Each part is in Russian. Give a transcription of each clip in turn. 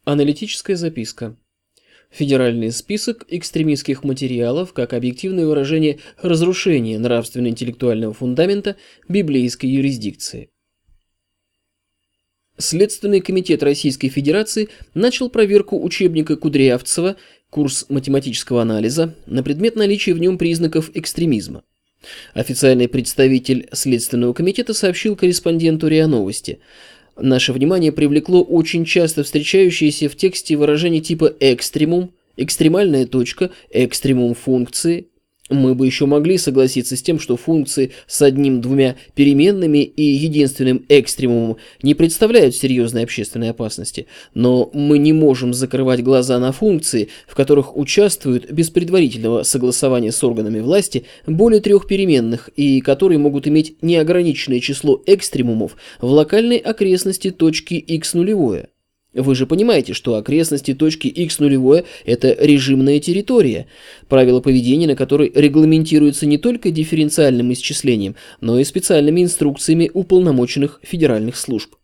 Аналитическая записка. Федеральный список экстремистских материалов как объективное выражение разрушения нравственно-интеллектуального фундамента библейской юрисдикции. Следственный комитет Российской Федерации начал проверку учебника Кудрявцева «Курс математического анализа» на предмет наличия в нем признаков экстремизма. Официальный представитель Следственного комитета сообщил корреспонденту РИА Новости: «Наше внимание привлекло очень часто встречающееся в тексте выражение типа «экстремум», «экстремальная точка», «экстремум функции». Мы бы еще могли согласиться с тем, что функции с одним-двумя переменными и единственным экстремумом не представляют серьезной общественной опасности, но мы не можем закрывать глаза на функции, в которых участвуют без предварительного согласования с органами власти более трех переменных и которые могут иметь неограниченное число экстремумов в локальной окрестности точки x0. Вы же понимаете, что окрестности точки x0 – это режимная территория, правила поведения на которой регламентируются не только дифференциальным исчислением, но и специальными инструкциями уполномоченных федеральных служб.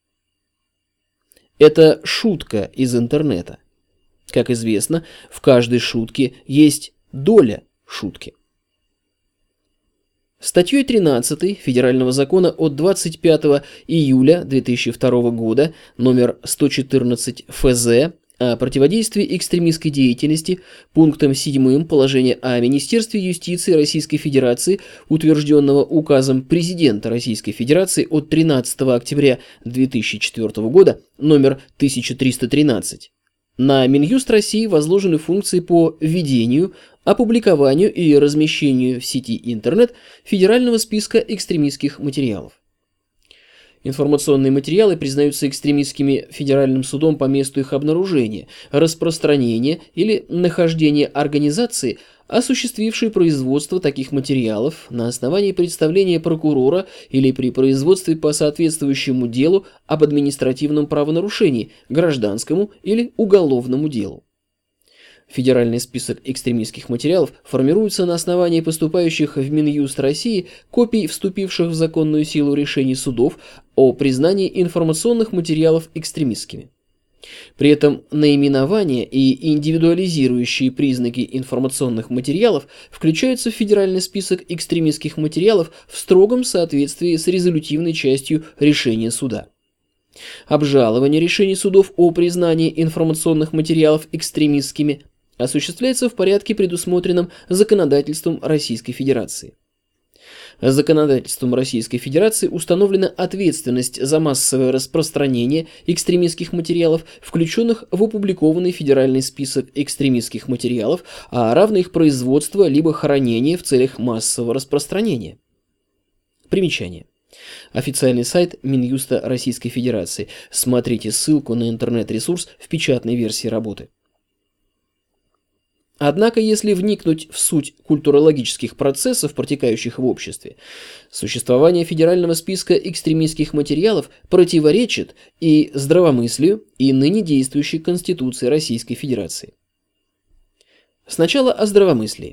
Это шутка из интернета. Как известно, в каждой шутке есть доля шутки. Статьей 13 Федерального закона от 25 июля 2002 года номер 114 ФЗ о противодействии экстремистской деятельности пунктом 7 положения о Министерстве юстиции Российской Федерации, утвержденного указом Президента Российской Федерации от 13 октября 2004 года номер 1313, на Минюст России возложены функции по ведению, опубликованию и размещению в сети интернет федерального списка экстремистских материалов. Информационные материалы признаются экстремистскими федеральным судом по месту их обнаружения, распространения или нахождения организации, осуществившей производство таких материалов на основании представления прокурора или при производстве по соответствующему делу об административном правонарушении, гражданскому или уголовному делу. Федеральный список экстремистских материалов формируется на основании поступающих в Минюст России копий вступивших в законную силу решений судов о признании информационных материалов экстремистскими. При этом наименования и индивидуализирующие признаки информационных материалов включаются в федеральный список экстремистских материалов в строгом соответствии с резолютивной частью решения суда. Обжалование решений судов о признании информационных материалов экстремистскими осуществляется в порядке, предусмотренном законодательством Российской Федерации. Законодательством Российской Федерации установлена ответственность за массовое распространение экстремистских материалов, включенных в опубликованный федеральный список экстремистских материалов, а равно их производство либо хранение в целях массового распространения. Примечание. Официальный сайт Минюста Российской Федерации. Смотрите ссылку на интернет-ресурс в печатной версии работы. Однако, если вникнуть в суть культурологических процессов, протекающих в обществе, существование федерального списка экстремистских материалов противоречит и здравомыслию, и ныне действующей Конституции Российской Федерации. Сначала о здравомыслии.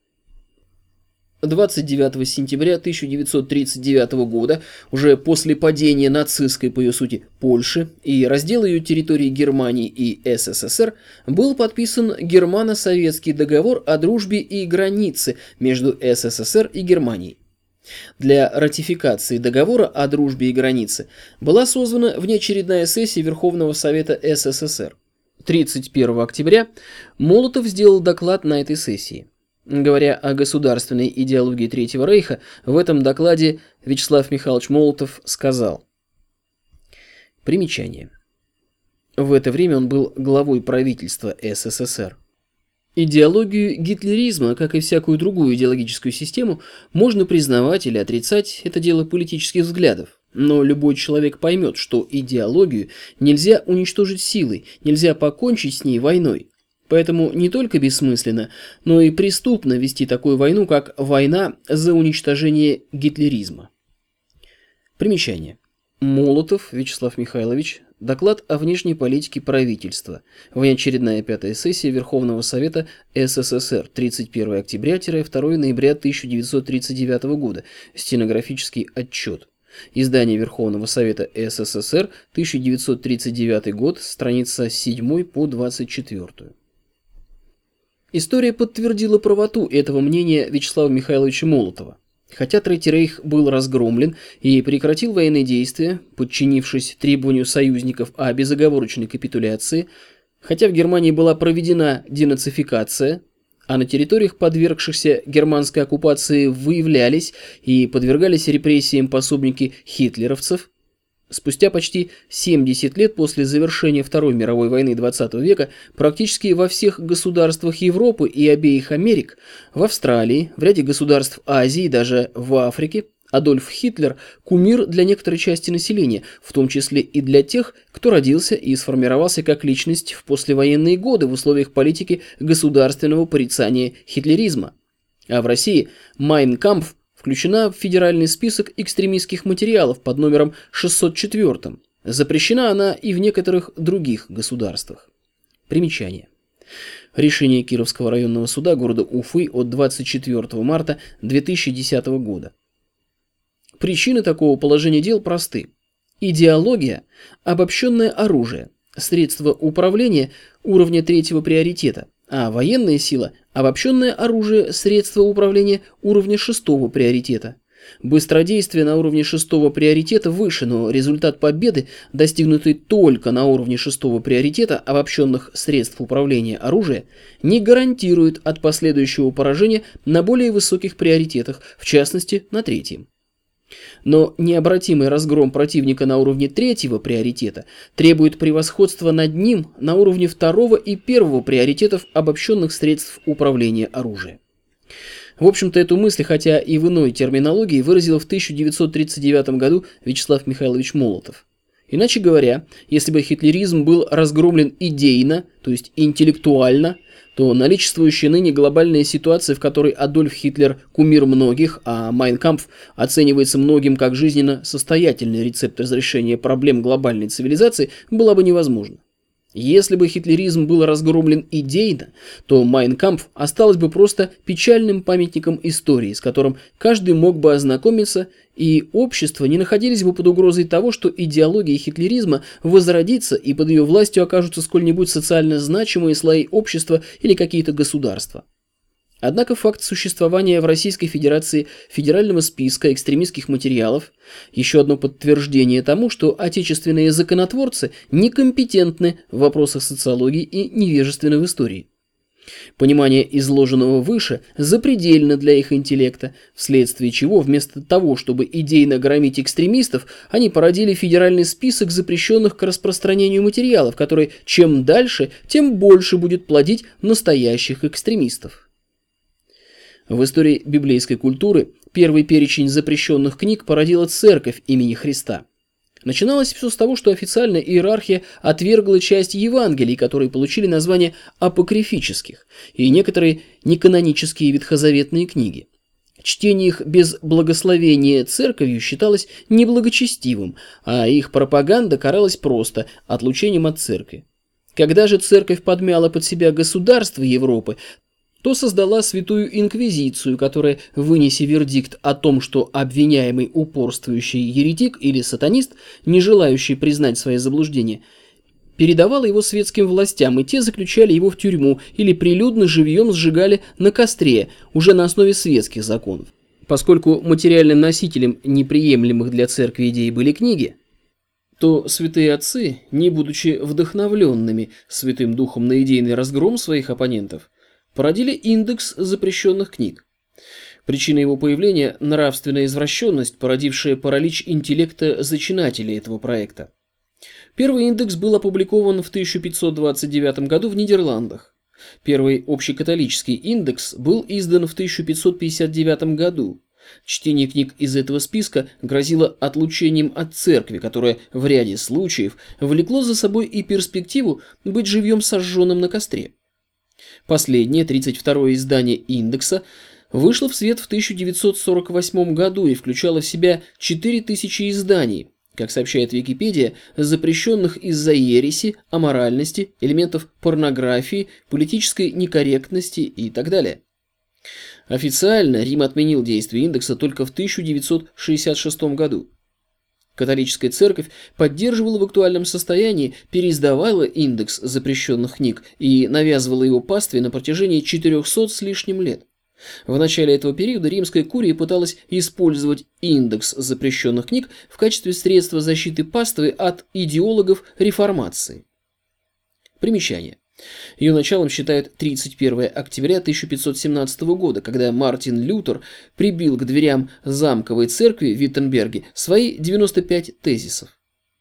29 сентября 1939 года, уже после падения нацистской, по ее сути, Польши и раздела ее территории Германии и СССР, был подписан Германо-Советский договор о дружбе и границе между СССР и Германией. Для ратификации договора о дружбе и границе была созвана внеочередная сессия Верховного Совета СССР. 31 октября Молотов сделал доклад на этой сессии. Говоря о государственной идеологии Третьего Рейха, в этом докладе Вячеслав Михайлович Молотов сказал: примечание. В это время он был главой правительства СССР. Идеологию гитлеризма, как и всякую другую идеологическую систему, можно признавать или отрицать, это дело политических взглядов. Но любой человек поймет, что идеологию нельзя уничтожить силой, нельзя покончить с ней войной. Поэтому не только бессмысленно, но и преступно вести такую войну, как война за уничтожение гитлеризма. Примечание. Молотов Вячеслав Михайлович. Доклад о внешней политике правительства. Внеочередная 5-я сессия Верховного Совета СССР. 31 октября-2 ноября 1939 года. Стенографический отчет. Издание Верховного Совета СССР, 1939 год, страница с 7 по 24. История подтвердила правоту этого мнения Вячеслава Михайловича Молотова. Хотя Третий рейх был разгромлен и прекратил военные действия, подчинившись требованию союзников о безоговорочной капитуляции, хотя в Германии была проведена денацификация, а на территориях, подвергшихся германской оккупации, выявлялись и подвергались репрессиям пособники хитлеровцев, спустя почти 70 лет после завершения Второй мировой войны XX века практически во всех государствах Европы и обеих Америк, в Австралии, в ряде государств Азии и даже в Африке, Адольф Хитлер – кумир для некоторой части населения, в том числе и для тех, кто родился и сформировался как личность в послевоенные годы в условиях политики государственного порицания хитлеризма. А в России «Майн Кампф» включена в федеральный список экстремистских материалов под номером 604. Запрещена она и в некоторых других государствах. Примечание. Решение Кировского районного суда города Уфы от 24 марта 2010 года. Причины такого положения дел просты. Идеология – обобщенное оружие, средство управления уровня третьего приоритета, а военная сила – обобщенное оружие, средство управления уровня шестого приоритета. Быстродействие на уровне шестого приоритета выше, но результат победы, достигнутый только на уровне шестого приоритета обобщенных средств управления оружия, не гарантирует от последующего поражения на более высоких приоритетах, в частности на третьем. Но необратимый разгром противника на уровне третьего приоритета требует превосходства над ним на уровне второго и первого приоритетов обобщенных средств управления оружием. В общем-то, эту мысль, хотя и в иной терминологии, выразил в 1939 году Вячеслав Михайлович Молотов. Иначе говоря, если бы хитлеризм был разгромлен идейно, то есть интеллектуально, то наличествующая ныне глобальная ситуация, в которой Адольф Хитлер – кумир многих, а «Майн Кампф» оценивается многим как жизненно состоятельный рецепт разрешения проблем глобальной цивилизации, была бы невозможна. Если бы хитлеризм был разгромлен идейно, то «Майн Кампф» осталось бы просто печальным памятником истории, с которым каждый мог бы ознакомиться, и общество не находились бы под угрозой того, что идеология хитлеризма возродится и под ее властью окажутся сколь-нибудь социально значимые слои общества или какие-то государства. Однако факт существования в Российской Федерации федерального списка экстремистских материалов – еще одно подтверждение тому, что отечественные законотворцы некомпетентны в вопросах социологии и невежественны в истории. Понимание изложенного выше запредельно для их интеллекта, вследствие чего вместо того, чтобы идейно громить экстремистов, они породили федеральный список запрещенных к распространению материалов, который чем дальше, тем больше будет плодить настоящих экстремистов. В истории библейской культуры первый перечень запрещенных книг породила Церковь имени Христа. Начиналось все с того, что официальная иерархия отвергла часть Евангелий, которые получили название апокрифических, и некоторые неканонические ветхозаветные книги. Чтение их без благословения церковью считалось неблагочестивым, а их пропаганда каралась просто отлучением от церкви. Когда же церковь подмяла под себя государства Европы, то создала Святую Инквизицию, которая, вынеся вердикт о том, что обвиняемый упорствующий еретик или сатанист, не желающий признать свои заблуждения, передавала его светским властям, и те заключали его в тюрьму или прилюдно живьем сжигали на костре, уже на основе светских законов. Поскольку материальным носителем неприемлемых для церкви идей были книги, то святые отцы, не будучи вдохновленными Святым Духом на идейный разгром своих оппонентов, породили индекс запрещенных книг. Причина его появления – нравственная извращенность, породившая паралич интеллекта зачинателей этого проекта. Первый индекс был опубликован в 1529 году в Нидерландах. Первый общекатолический индекс был издан в 1559 году. Чтение книг из этого списка грозило отлучением от церкви, которое в ряде случаев влекло за собой и перспективу быть живьем сожженным на костре. Последнее, 32-е издание индекса, вышло в свет в 1948 году и включало в себя 4000 изданий, как сообщает Википедия, запрещенных из-за ереси, аморальности, элементов порнографии, политической некорректности и так далее. Официально Рим отменил действие индекса только в 1966 году. Католическая церковь поддерживала в актуальном состоянии, переиздавала индекс запрещенных книг и навязывала его пастве на протяжении 400 с лишним лет. В начале этого периода римская курия пыталась использовать индекс запрещенных книг в качестве средства защиты паствы от идеологов реформации. Примечание. Ее началом считают 31 октября 1517 года, когда Мартин Лютер прибил к дверям замковой церкви в Виттенберге свои 95 тезисов.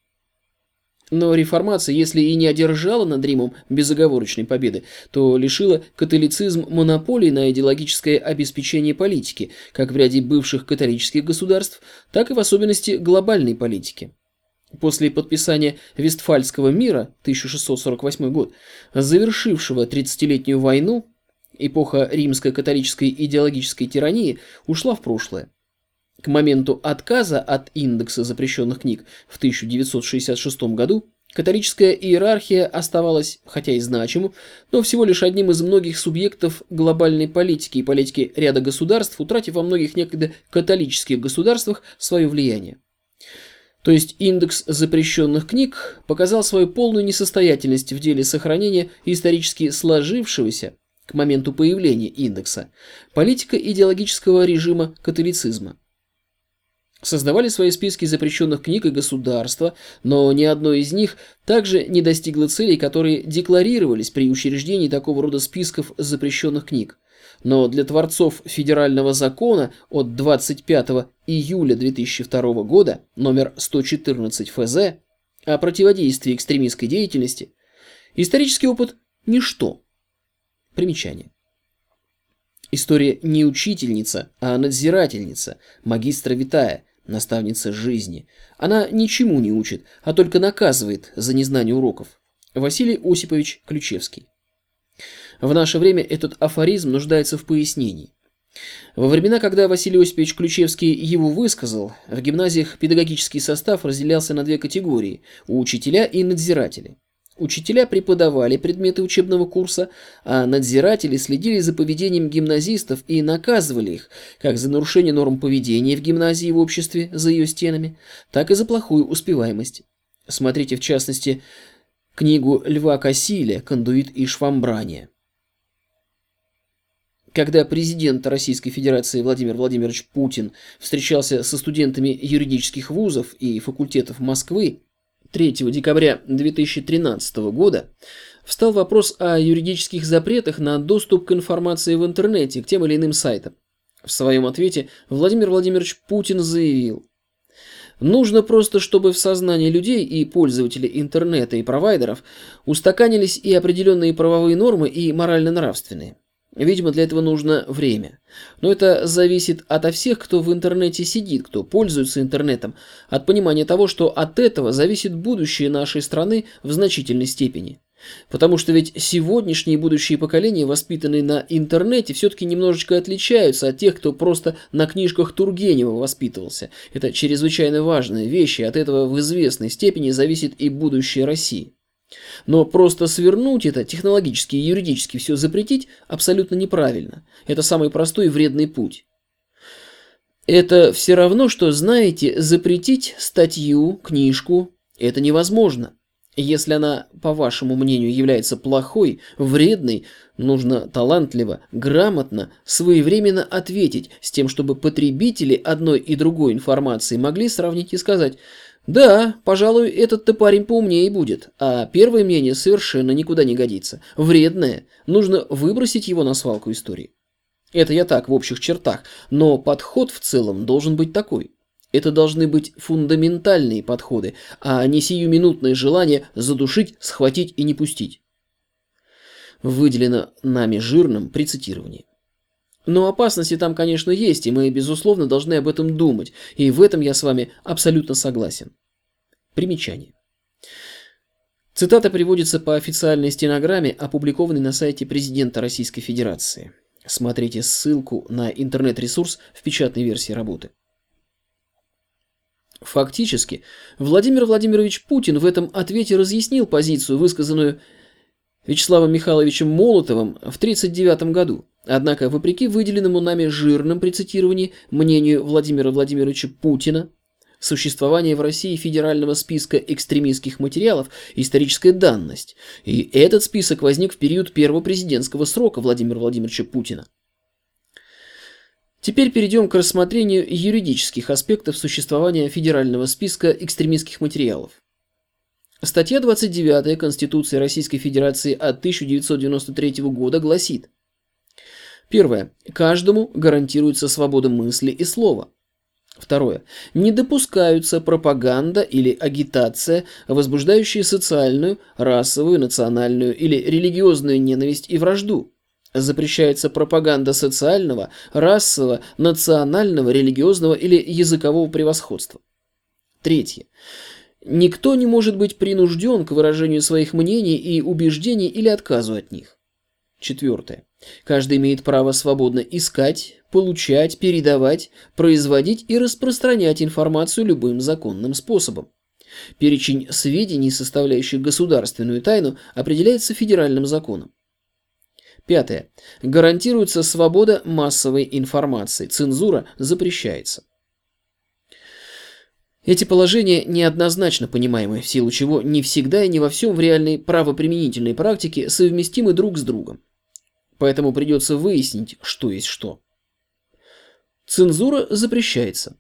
Но реформация, если и не одержала над Римом безоговорочной победы, то лишила католицизм монополии на идеологическое обеспечение политики, как в ряде бывших католических государств, так и в особенности глобальной политики. После подписания Вестфальского мира 1648 год, завершившего 30-летнюю войну, эпоха римской католической идеологической тирании ушла в прошлое. К моменту отказа от индекса запрещенных книг в 1966 году католическая иерархия оставалась, хотя и значимым, но всего лишь одним из многих субъектов глобальной политики и политики ряда государств, утратив во многих некогда католических государствах свое влияние. То есть индекс запрещенных книг показал свою полную несостоятельность в деле сохранения исторически сложившегося к моменту появления индекса политико-идеологического режима католицизма. Создавали свои списки запрещенных книг и государства, но ни одно из них также не достигло целей, которые декларировались при учреждении такого рода списков запрещенных книг. Но для творцов федерального закона от 25 июля 2002 года, номер 114 ФЗ, о противодействии экстремистской деятельности, исторический опыт – ничто. Примечание. История не учительница, а надзирательница, магистра витая, наставница жизни. Она ничему не учит, а только наказывает за незнание уроков. Василий Осипович Ключевский. В наше время этот афоризм нуждается в пояснении. Во времена, когда Василий Осипович Ключевский его высказал, в гимназиях педагогический состав разделялся на две категории – учителя и надзиратели. Учителя преподавали предметы учебного курса, а надзиратели следили за поведением гимназистов и наказывали их, как за нарушение норм поведения в гимназии и в обществе за ее стенами, так и за плохую успеваемость. Смотрите, в частности, книгу Льва Кассиля «Кондуит и швамбрание». Когда президент Российской Федерации Владимир Владимирович Путин встречался со студентами юридических вузов и факультетов Москвы, 3 декабря 2013 года встал вопрос о юридических запретах на доступ к информации в интернете, к тем или иным сайтам. В своем ответе Владимир Владимирович Путин заявил: «Нужно просто, чтобы в сознании людей и пользователей интернета и провайдеров устаканились и определенные правовые нормы, и морально-нравственные. Видимо, для этого нужно время. Но это зависит ото всех, кто в интернете сидит, кто пользуется интернетом, от понимания того, что от этого зависит будущее нашей страны в значительной степени. Потому что ведь сегодняшние и будущие поколения, воспитанные на интернете, все-таки немножечко отличаются от тех, кто просто на книжках Тургенева воспитывался. Это чрезвычайно важная вещь, и от этого в известной степени зависит и будущее России. Но просто свернуть это, технологически и юридически все запретить, абсолютно неправильно. Это самый простой и вредный путь. Это все равно, что, знаете, запретить статью, книжку – это невозможно. Если она, по вашему мнению, является плохой, вредной, нужно талантливо, грамотно, своевременно ответить, с тем, чтобы потребители одной и другой информации могли сравнить и сказать: «Да, пожалуй, этот-то парень поумнее будет, а первое мнение совершенно никуда не годится. Вредное, нужно выбросить его на свалку истории». Это я так, в общих чертах, но подход в целом должен быть такой. Это должны быть фундаментальные подходы, а не сиюминутное желание задушить, схватить и не пустить. Выделено нами жирным при цитировании. Но опасности там, конечно, есть, и мы, безусловно, должны об этом думать, и в этом я с вами абсолютно согласен. Примечание. Цитата приводится по официальной стенограмме, опубликованной на сайте президента Российской Федерации. Смотрите ссылку на интернет-ресурс в печатной версии работы. Фактически, Владимир Владимирович Путин в этом ответе разъяснил позицию, высказанную Вячеславом Михайловичем Молотовым в 1939 году. Однако, вопреки выделенному нами жирным при цитировании мнению Владимира Владимировича Путина, Существование в России федерального списка экстремистских материалов – историческая данность, и этот список возник в период первого президентского срока Владимира Владимировича Путина. Теперь перейдем к рассмотрению юридических аспектов существования федерального списка экстремистских материалов. Статья 29 Конституции Российской Федерации от 1993 года гласит: первое. Каждому гарантируется свобода мысли и слова. Второе. Не допускаются пропаганда или агитация, возбуждающие социальную, расовую, национальную или религиозную ненависть и вражду. Запрещается пропаганда социального, расового, национального, религиозного или языкового превосходства. Третье. Никто не может быть принужден к выражению своих мнений и убеждений или отказу от них. Четвертое. Каждый имеет право свободно искать, получать, передавать, производить и распространять информацию любым законным способом. Перечень сведений, составляющих государственную тайну, определяется федеральным законом. Пятое. Гарантируется свобода массовой информации. Цензура запрещается. Эти положения неоднозначно понимаемы, в силу чего не всегда и не во всем в реальной правоприменительной практике совместимы друг с другом. Поэтому придется выяснить, что есть что. Цензура запрещается.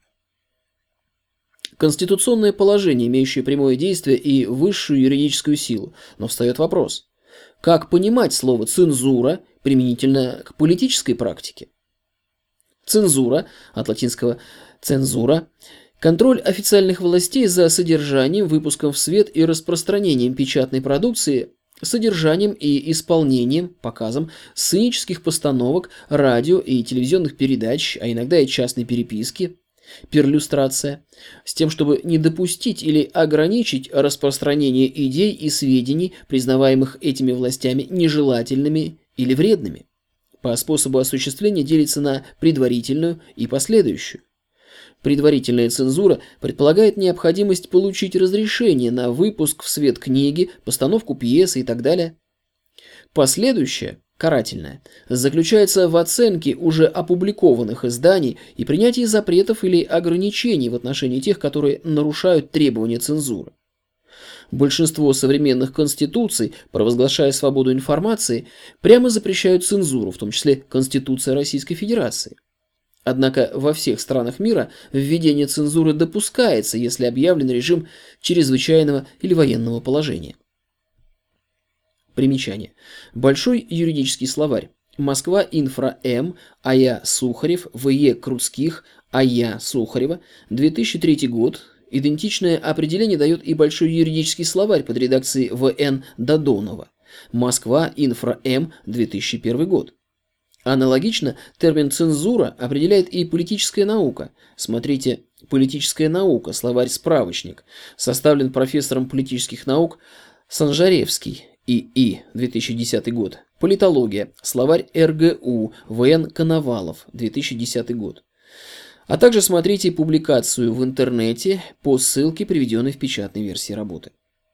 Конституционное положение, имеющее прямое действие и высшую юридическую силу. Но встает вопрос: как понимать слово «цензура» применительно к политической практике? Цензура, от латинского «цензура», контроль официальных властей за содержанием, выпуском в свет и распространением печатной продукции, содержанием и исполнением, показом сценических постановок, радио и телевизионных передач, а иногда и частной переписки, перлюстрация, с тем, чтобы не допустить или ограничить распространение идей и сведений, признаваемых этими властями нежелательными или вредными. По способу осуществления делится на предварительную и последующую. Предварительная цензура предполагает необходимость получить разрешение на выпуск в свет книги, постановку пьесы и так далее. Последующая, карательная, заключается в оценке уже опубликованных изданий и принятии запретов или ограничений в отношении тех, которые нарушают требования цензуры. Большинство современных конституций, провозглашая свободу информации, прямо запрещают цензуру, в том числе Конституция Российской Федерации. Однако во всех странах мира введение цензуры допускается, если объявлен режим чрезвычайного или военного положения. Примечание. Большой юридический словарь. Москва, Инфра М. А.Я. Сухарев, В.Е. Крутских, А.Я. Сухарева, 2003 год. Идентичное определение дает и Большой юридический словарь под редакцией В.Н. Додонова. Москва, Инфра М. 2001 год. Аналогично термин «цензура» определяет и политическая наука. Смотрите «Политическая наука», словарь-справочник, составлен профессором политических наук Санжаревский, И.И., 2010 год. Политология, словарь РГУ, В.Н. Коновалов, 2010 год. А также смотрите публикацию в интернете по ссылке, приведенной в печатной версии работы.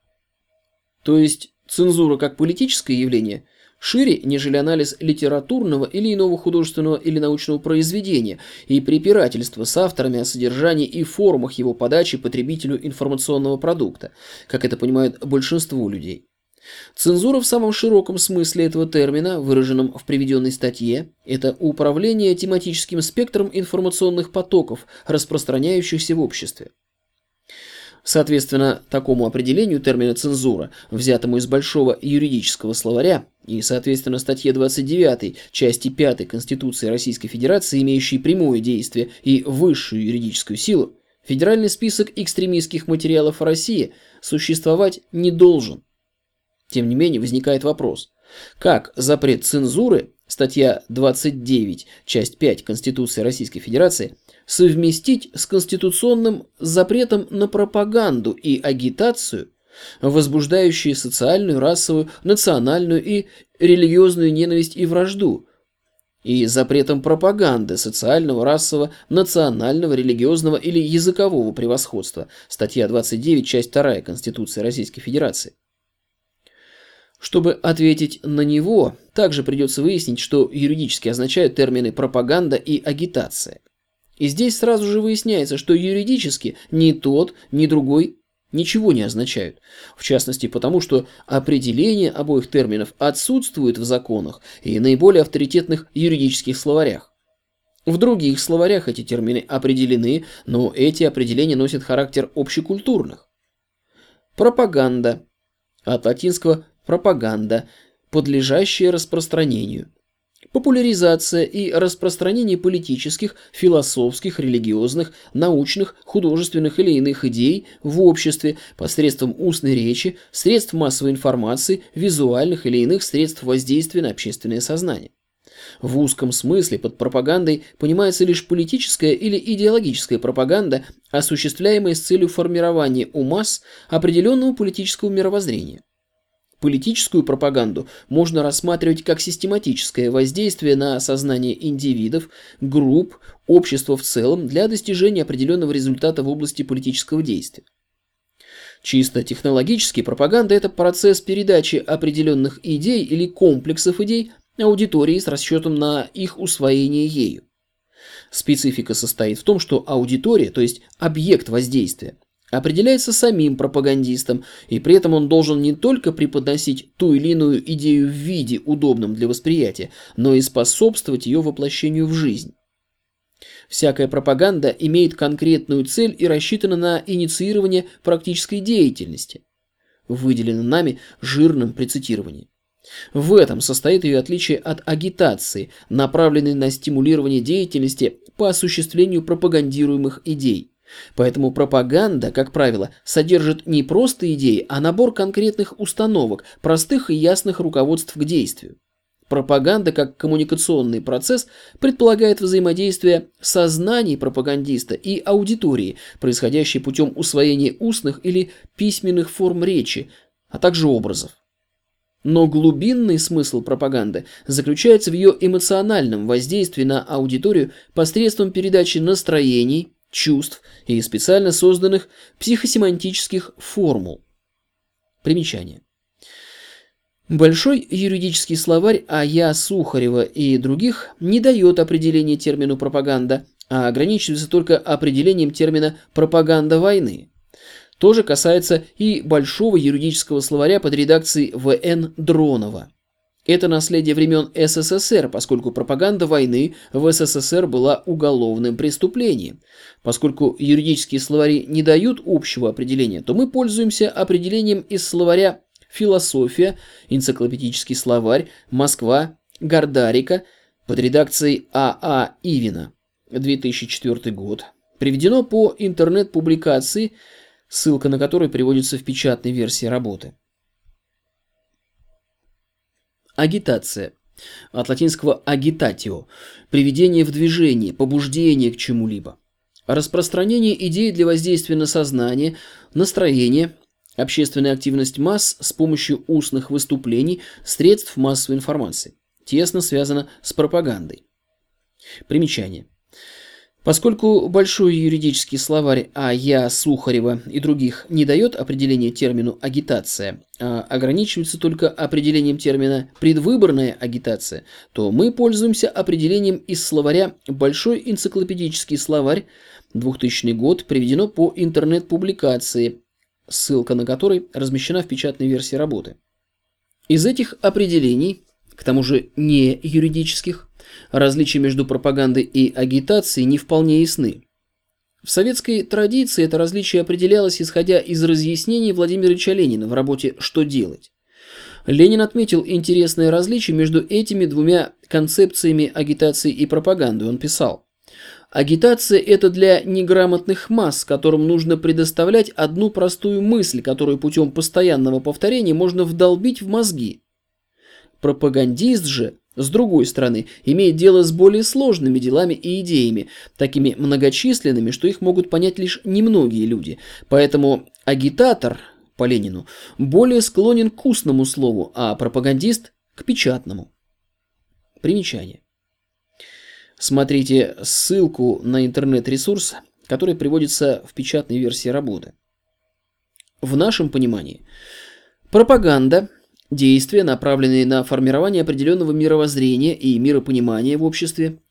То есть цензура как политическое явление шире, нежели анализ литературного или иного художественного или научного произведения и препирательство с авторами о содержании и формах его подачи потребителю информационного продукта, как это понимают большинство людей. Цензура в самом широком смысле этого термина, выраженном в приведенной статье, это управление тематическим спектром информационных потоков, распространяющихся в обществе. Соответственно, такому определению термина «цензура», взятому из Большого юридического словаря, и, соответственно, статье 29 части 5 Конституции Российской Федерации, имеющей прямое действие и высшую юридическую силу, федеральный список экстремистских материалов России существовать не должен. Тем не менее, возникает вопрос: как запрет цензуры, статья 29, часть 5 Конституции Российской Федерации, совместить с конституционным запретом на пропаганду и агитацию, возбуждающие социальную, расовую, национальную и религиозную ненависть и вражду, и запретом пропаганды социального, расового, национального, религиозного или языкового превосходства, статья 29, часть 2 Конституции Российской Федерации? Чтобы ответить на него, также придется выяснить, что юридически означают термины «пропаганда» и «агитация». И здесь сразу же выясняется, что юридически ни тот, ни другой ничего не означают. В частности, потому что определение обоих терминов отсутствует в законах и наиболее авторитетных юридических словарях. В других словарях эти термины определены, но эти определения носят характер общекультурных. Пропаганда. От латинского «пропаганда», подлежащая распространению. Популяризация и распространение политических, философских, религиозных, научных, художественных или иных идей в обществе посредством устной речи, средств массовой информации, визуальных или иных средств воздействия на общественное сознание. В узком смысле под пропагандой понимается лишь политическая или идеологическая пропаганда, осуществляемая с целью формирования у масс определенного политического мировоззрения. Политическую пропаганду можно рассматривать как систематическое воздействие на сознание индивидов, групп, общества в целом для достижения определенного результата в области политического действия. Чисто технологически пропаганда – это процесс передачи определенных идей или комплексов идей аудитории с расчетом на их усвоение ею. Специфика состоит в том, что аудитория, то есть объект воздействия, определяется самим пропагандистом, и при этом он должен не только преподносить ту или иную идею в виде, удобном для восприятия, но и способствовать ее воплощению в жизнь. Всякая пропаганда имеет конкретную цель и рассчитана на инициирование практической деятельности, выделено нами жирным при цитировании. В этом состоит ее отличие от агитации, направленной на стимулирование деятельности по осуществлению пропагандируемых идей. Поэтому пропаганда, как правило, содержит не просто идеи, а набор конкретных установок, простых и ясных руководств к действию. Пропаганда, как коммуникационный процесс, предполагает взаимодействие сознаний пропагандиста и аудитории, происходящее путем усвоения устных или письменных форм речи, а также образов. Но глубинный смысл пропаганды заключается в ее эмоциональном воздействии на аудиторию посредством передачи настроений, чувств и специально созданных психосемантических формул. Примечание. Большой юридический словарь А.Я. Сухарева и других не дает определения термину «пропаганда», а ограничивается только определением термина «пропаганда войны». То же касается и Большого юридического словаря под редакцией В.Н. Дронова. Это наследие времен СССР, поскольку пропаганда войны в СССР была уголовным преступлением. Поскольку юридические словари не дают общего определения, то мы пользуемся определением из словаря «Философия», энциклопедический словарь, Москва, Гордарика, под редакцией А.А. Ивина, 2004 год. Приведено по интернет-публикации, ссылка на которой приводится в печатной версии работы. Агитация. От латинского agitatio – приведение в движение, побуждение к чему-либо. Распространение идей для воздействия на сознание, настроение, общественная активность масс с помощью устных выступлений, средств массовой информации. Тесно связано с пропагандой. Примечание. Поскольку Большой юридический словарь А.Я. Сухарева и других не дает определения термину «агитация», а ограничивается только определением термина «предвыборная агитация», то мы пользуемся определением из словаря «Большой энциклопедический словарь», 2000 год, приведено по интернет-публикации, ссылка на которой размещена в печатной версии работы. Из этих определений, к тому же не юридических, различия между пропагандой и агитацией не вполне ясны. В советской традиции это различие определялось, исходя из разъяснений Владимира Ильича Ленина в работе «Что делать?». Ленин отметил интересное различие между этими двумя концепциями агитации и пропаганды. Он писал: «Агитация – это для неграмотных масс, которым нужно предоставлять одну простую мысль, которую путем постоянного повторения можно вдолбить в мозги. Пропагандист же, с другой стороны, имеет дело с более сложными делами и идеями, такими многочисленными, что их могут понять лишь немногие люди. Поэтому агитатор, по Ленину, более склонен к устному слову, а пропагандист – к печатному». Примечание. Смотрите ссылку на интернет-ресурс, который приводится в печатной версии работы. В нашем понимании пропаганда – действия, направленные на формирование определенного мировоззрения и миропонимания в обществе,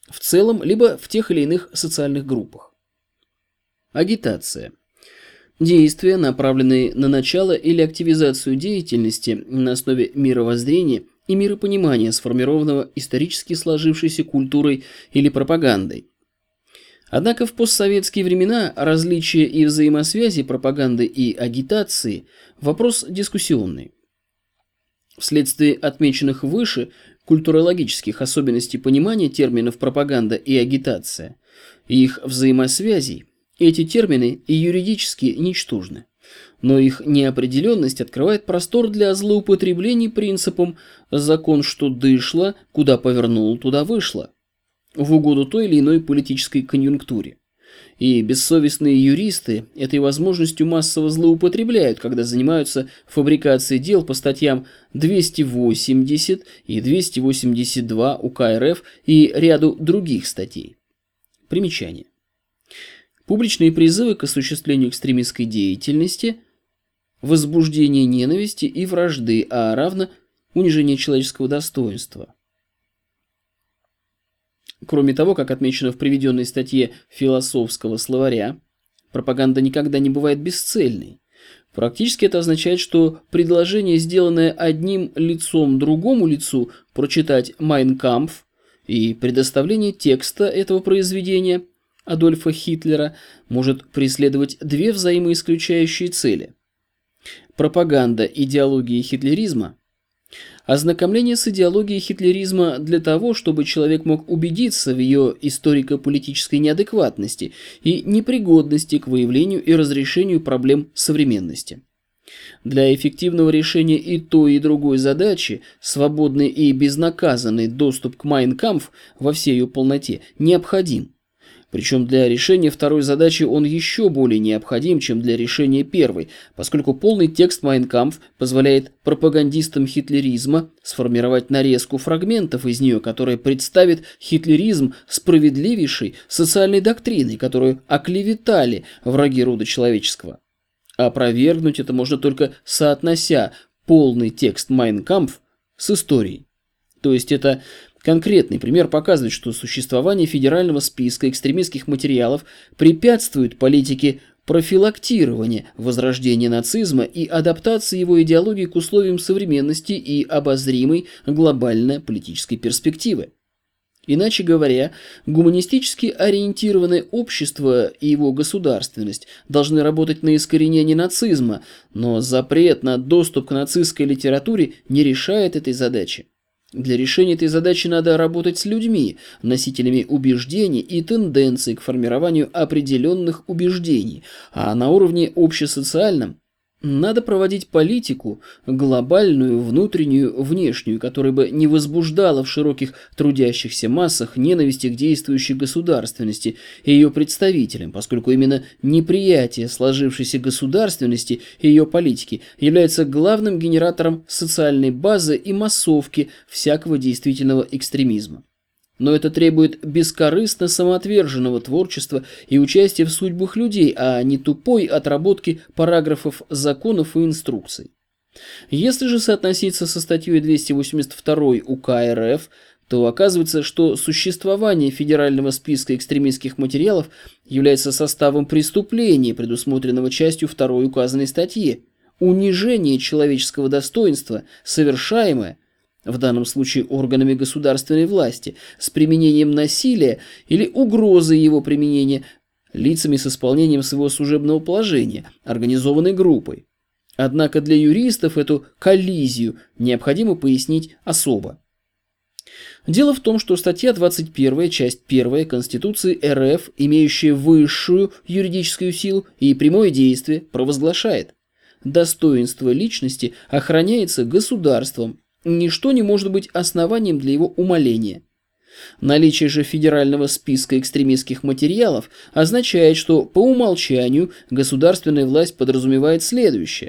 в целом, либо в тех или иных социальных группах. Агитация. Действия, направленные на начало или активизацию деятельности на основе мировоззрения и миропонимания, сформированного исторически сложившейся культурой или пропагандой. Однако в постсоветские времена различия и взаимосвязи пропаганды и агитации – вопрос дискуссионный. Вследствие отмеченных выше культурологических особенностей понимания терминов пропаганда и агитация и их взаимосвязей, эти термины и юридически ничтожны, но их неопределенность открывает простор для злоупотреблений принципом «закон, что дышло, куда повернул, туда вышло» в угоду той или иной политической конъюнктуре. И бессовестные юристы этой возможностью массово злоупотребляют, когда занимаются фабрикацией дел по статьям 280 и 282 УК РФ и ряду других статей. Примечание. Публичные призывы к осуществлению экстремистской деятельности, возбуждение ненависти и вражды, а равно унижение человеческого достоинства. Кроме того, как отмечено в приведенной статье философского словаря, пропаганда никогда не бывает бесцельной. Практически это означает, что предложение, сделанное одним лицом другому лицу прочитать «Майн Кампф» и предоставление текста этого произведения Адольфа Гитлера может преследовать две взаимоисключающие цели. Пропаганда идеологии хитлеризма, ознакомление с идеологией хитлеризма для того, чтобы человек мог убедиться в ее историко-политической неадекватности и непригодности к выявлению и разрешению проблем современности. Для эффективного решения и той, и другой задачи свободный и безнаказанный доступ к Майн Кампф во всей ее полноте необходим. Причем для решения второй задачи он еще более необходим, чем для решения первой, поскольку полный текст Майн Кампф позволяет пропагандистам хитлеризма сформировать нарезку фрагментов из нее, которая представит хитлеризм справедливейшей социальной доктриной, которую оклеветали враги рода человеческого. Опровергнуть это можно только соотнося полный текст Майн Кампф с историей. То есть это конкретный пример показывает, что существование федерального списка экстремистских материалов препятствует политике профилактирования возрождения нацизма и адаптации его идеологии к условиям современности и обозримой глобально-политической перспективы. Иначе говоря, гуманистически ориентированное общество и его государственность должны работать на искоренение нацизма, но запрет на доступ к нацистской литературе не решает этой задачи. Для решения этой задачи надо работать с людьми, носителями убеждений и тенденций к формированию определенных убеждений, а на уровне общесоциальном надо проводить политику, глобальную, внутреннюю, внешнюю, которая бы не возбуждала в широких трудящихся массах ненависти к действующей государственности и ее представителям, поскольку именно неприятие сложившейся государственности и ее политики является главным генератором социальной базы и массовки всякого действительного экстремизма. Но это требует бескорыстно самоотверженного творчества и участия в судьбах людей, а не тупой отработки параграфов законов и инструкций. Если же соотноситься со статьей 282 УК РФ, то оказывается, что существование федерального списка экстремистских материалов является составом преступления, предусмотренного частью 2 указанной статьи, унижение человеческого достоинства, совершаемое в данном случае органами государственной власти, с применением насилия или угрозой его применения лицами с исполнением своего служебного положения, организованной группой. Однако для юристов эту коллизию необходимо пояснить особо. Дело в том, что статья 21, часть 1 Конституции РФ, имеющая высшую юридическую силу и прямое действие, провозглашает: достоинство личности охраняется государством. Ничто не может быть основанием для его умаления. Наличие же федерального списка экстремистских материалов означает, что по умолчанию государственная власть подразумевает следующее.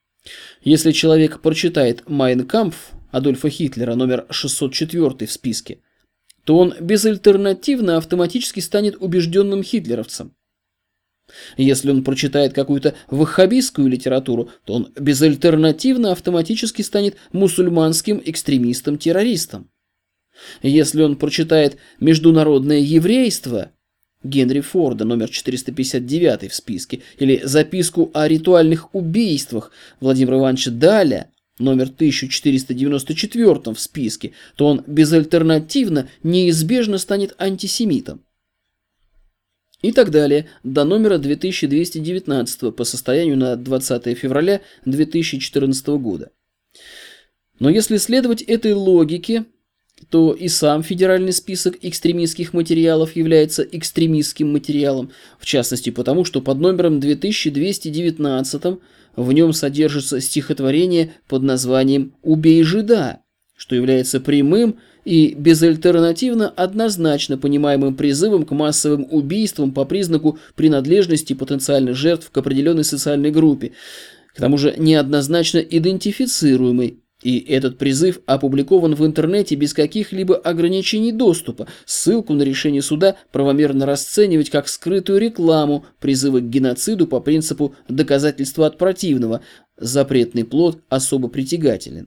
Если человек прочитает «Майн Кампф» Адольфа Гитлера, номер 604 в списке, то он безальтернативно автоматически станет убежденным гитлеровцем. Если он прочитает какую-то ваххабистскую литературу, то он безальтернативно автоматически станет мусульманским экстремистом-террористом. Если он прочитает «Международное еврейство» Генри Форда, номер 459 в списке, или записку о ритуальных убийствах Владимира Ивановича Даля, номер 1494 в списке, то он безальтернативно неизбежно станет антисемитом. И так далее, до номера 2219 по состоянию на 20 февраля 2014 года. Но если следовать этой логике, то и сам федеральный список экстремистских материалов является экстремистским материалом, в частности потому, что под номером 2219 в нем содержится стихотворение под названием «Убей жида», что является прямым и безальтернативно однозначно понимаемым призывом к массовым убийствам по признаку принадлежности потенциальных жертв к определенной социальной группе, к тому же неоднозначно идентифицируемой. И этот призыв опубликован в интернете без каких-либо ограничений доступа. Ссылку на решение суда правомерно расценивать как скрытую рекламу призыва к геноциду по принципу доказательства от противного. Запретный плод особо притягателен.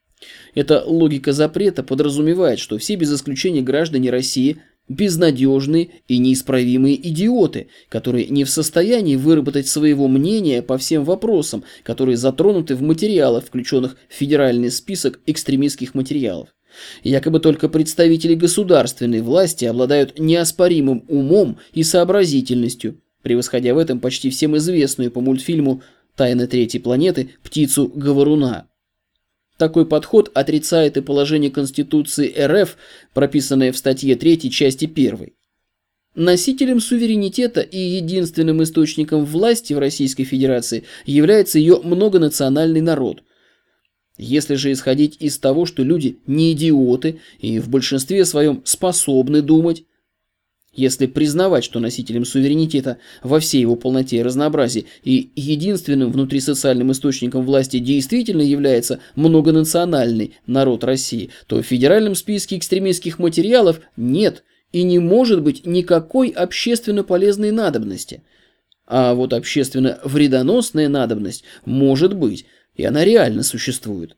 Эта логика запрета подразумевает, что все без исключения граждане России безнадежные и неисправимые идиоты, которые не в состоянии выработать своего мнения по всем вопросам, которые затронуты в материалах, включенных в федеральный список экстремистских материалов. Якобы только представители государственной власти обладают неоспоримым умом и сообразительностью, превосходя в этом почти всем известную по мультфильму «Тайны третьей планеты» птицу-говоруна. Такой подход отрицает и положение Конституции РФ, прописанное в статье 3 части 1. Носителем суверенитета и единственным источником власти в Российской Федерации является ее многонациональный народ. Если же исходить из того, что люди не идиоты и в большинстве своем способны думать, если признавать, что носителем суверенитета во всей его полноте и разнообразии и единственным внутрисоциальным источником власти действительно является многонациональный народ России, то в федеральном списке экстремистских материалов нет и не может быть никакой общественно полезной надобности. А вот общественно вредоносная надобность может быть, и она реально существует.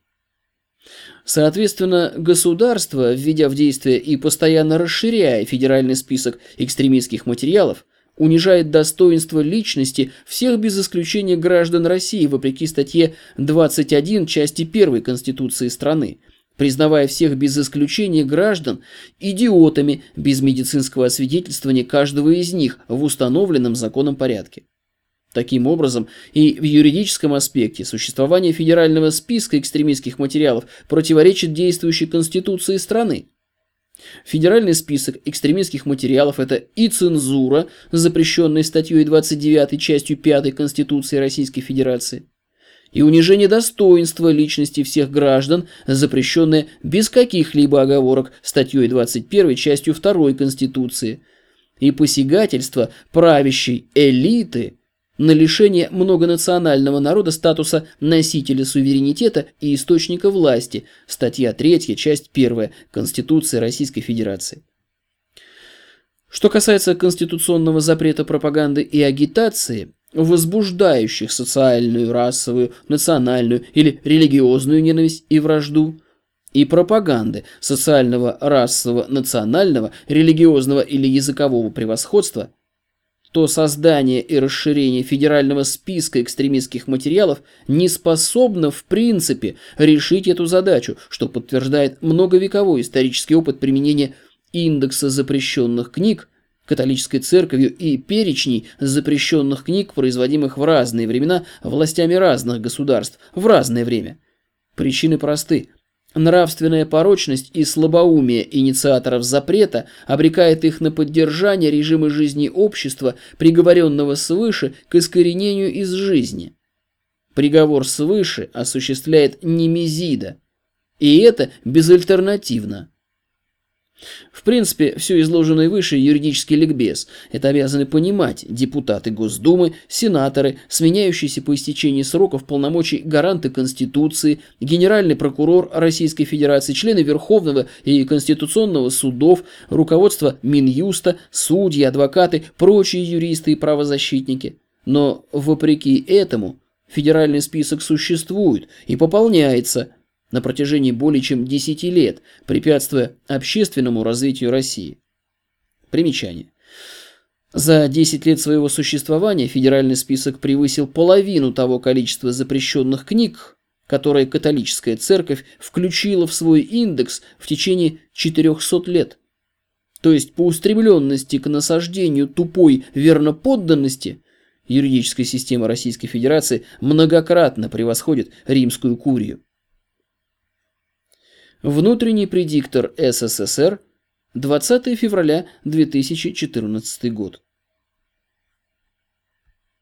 Соответственно, государство, введя в действие и постоянно расширяя федеральный список экстремистских материалов, унижает достоинство личности всех без исключения граждан России вопреки статье 21 части 1 Конституции страны, признавая всех без исключения граждан идиотами без медицинского освидетельствования каждого из них в установленном законом порядке. Таким образом, и в юридическом аспекте существование федерального списка экстремистских материалов противоречит действующей Конституции страны. Федеральный список экстремистских материалов – это и цензура, запрещенная статьей 29 частью 5 Конституции Российской Федерации, и унижение достоинства личности всех граждан, запрещенное без каких-либо оговорок статьей 21 частью 2 Конституции, и посягательство правящей элиты на лишение многонационального народа статуса носителя суверенитета и источника власти, статья 3, часть 1 Конституции Российской Федерации. Что касается конституционного запрета пропаганды и агитации, возбуждающих социальную, расовую, национальную или религиозную ненависть и вражду, и пропаганды социального, расового, национального, религиозного или языкового превосходства, то создание и расширение федерального списка экстремистских материалов не способно в принципе решить эту задачу, что подтверждает многовековой исторический опыт применения индекса запрещенных книг католической церковью и перечней запрещенных книг, производимых в разные времена властями разных государств в разное время. Причины просты. Нравственная порочность и слабоумие инициаторов запрета обрекает их на поддержание режима жизни общества, приговоренного свыше к искоренению из жизни. Приговор свыше осуществляет немезида, и это безальтернативно. В принципе, все изложенное выше юридический ликбез. Это обязаны понимать депутаты Госдумы, сенаторы, сменяющиеся по истечении сроков полномочий гаранты Конституции, генеральный прокурор Российской Федерации, члены Верховного и Конституционного судов, руководство Минюста, судьи, адвокаты, прочие юристы и правозащитники. Но, вопреки этому, федеральный список существует и пополняется, на протяжении более чем 10 лет, препятствуя общественному развитию России. Примечание. За 10 лет своего существования федеральный список превысил половину того количества запрещенных книг, которые католическая церковь включила в свой индекс в течение 400 лет. То есть по устремленности к насаждению тупой верноподданности юридическая система Российской Федерации многократно превосходит римскую курию. Внутренний предиктор СССР, 20 февраля 2014 год.